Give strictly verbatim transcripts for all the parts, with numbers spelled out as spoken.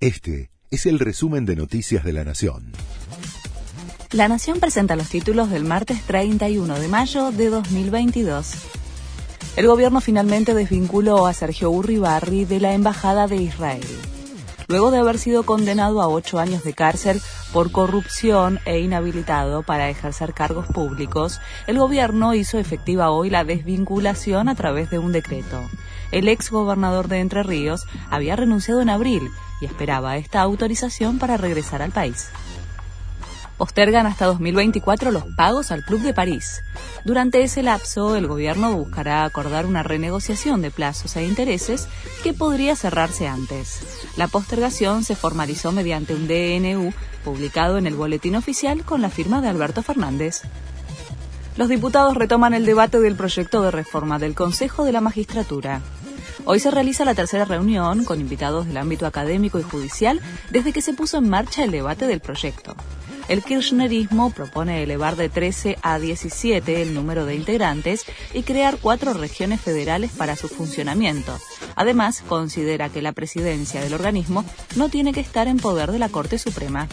Este es el resumen de Noticias de la Nación. La Nación presenta los títulos del martes treinta y uno de mayo de dos mil veintidós. El gobierno finalmente desvinculó a Sergio Urribarri de la Embajada de Israel. Luego de haber sido condenado a ocho años de cárcel por corrupción e inhabilitado para ejercer cargos públicos, el gobierno hizo efectiva hoy la desvinculación a través de un decreto. El ex gobernador de Entre Ríos había renunciado en abril y esperaba esta autorización para regresar al país. Postergan hasta dos mil veinticuatro los pagos al Club de París. Durante ese lapso, el gobierno buscará acordar una renegociación de plazos e intereses que podría cerrarse antes. La postergación se formalizó mediante un D N U publicado en el Boletín Oficial con la firma de Alberto Fernández. Los diputados retoman el debate del proyecto de reforma del Consejo de la Magistratura. Hoy se realiza la tercera reunión con invitados del ámbito académico y judicial desde que se puso en marcha el debate del proyecto. El kirchnerismo propone elevar de trece a diecisiete el número de integrantes y crear cuatro regiones federales para su funcionamiento. Además, considera que la presidencia del organismo no tiene que estar en poder de la Corte Suprema.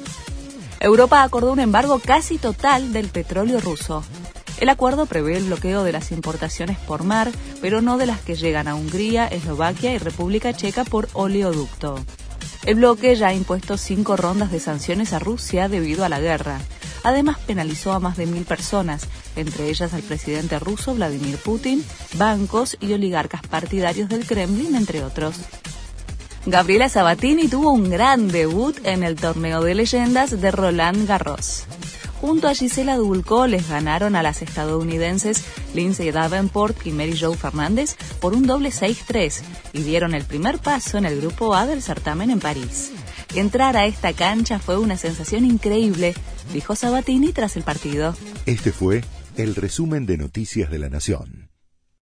Europa acordó un embargo casi total del petróleo ruso. El acuerdo prevé el bloqueo de las importaciones por mar, pero no de las que llegan a Hungría, Eslovaquia y República Checa por oleoducto. El bloque ya ha impuesto cinco rondas de sanciones a Rusia debido a la guerra. Además, penalizó a más de mil personas, entre ellas al presidente ruso Vladimir Putin, bancos y oligarcas partidarios del Kremlin, entre otros. Gabriela Sabatini tuvo un gran debut en el torneo de leyendas de Roland Garros. Junto a Gisela Dulco les ganaron a las estadounidenses Lindsay Davenport y Mary Jo Fernández por un doble seis tres y dieron el primer paso en el grupo A del certamen en París. Entrar a esta cancha fue una sensación increíble, dijo Sabatini tras el partido. Este fue el resumen de Noticias de la Nación.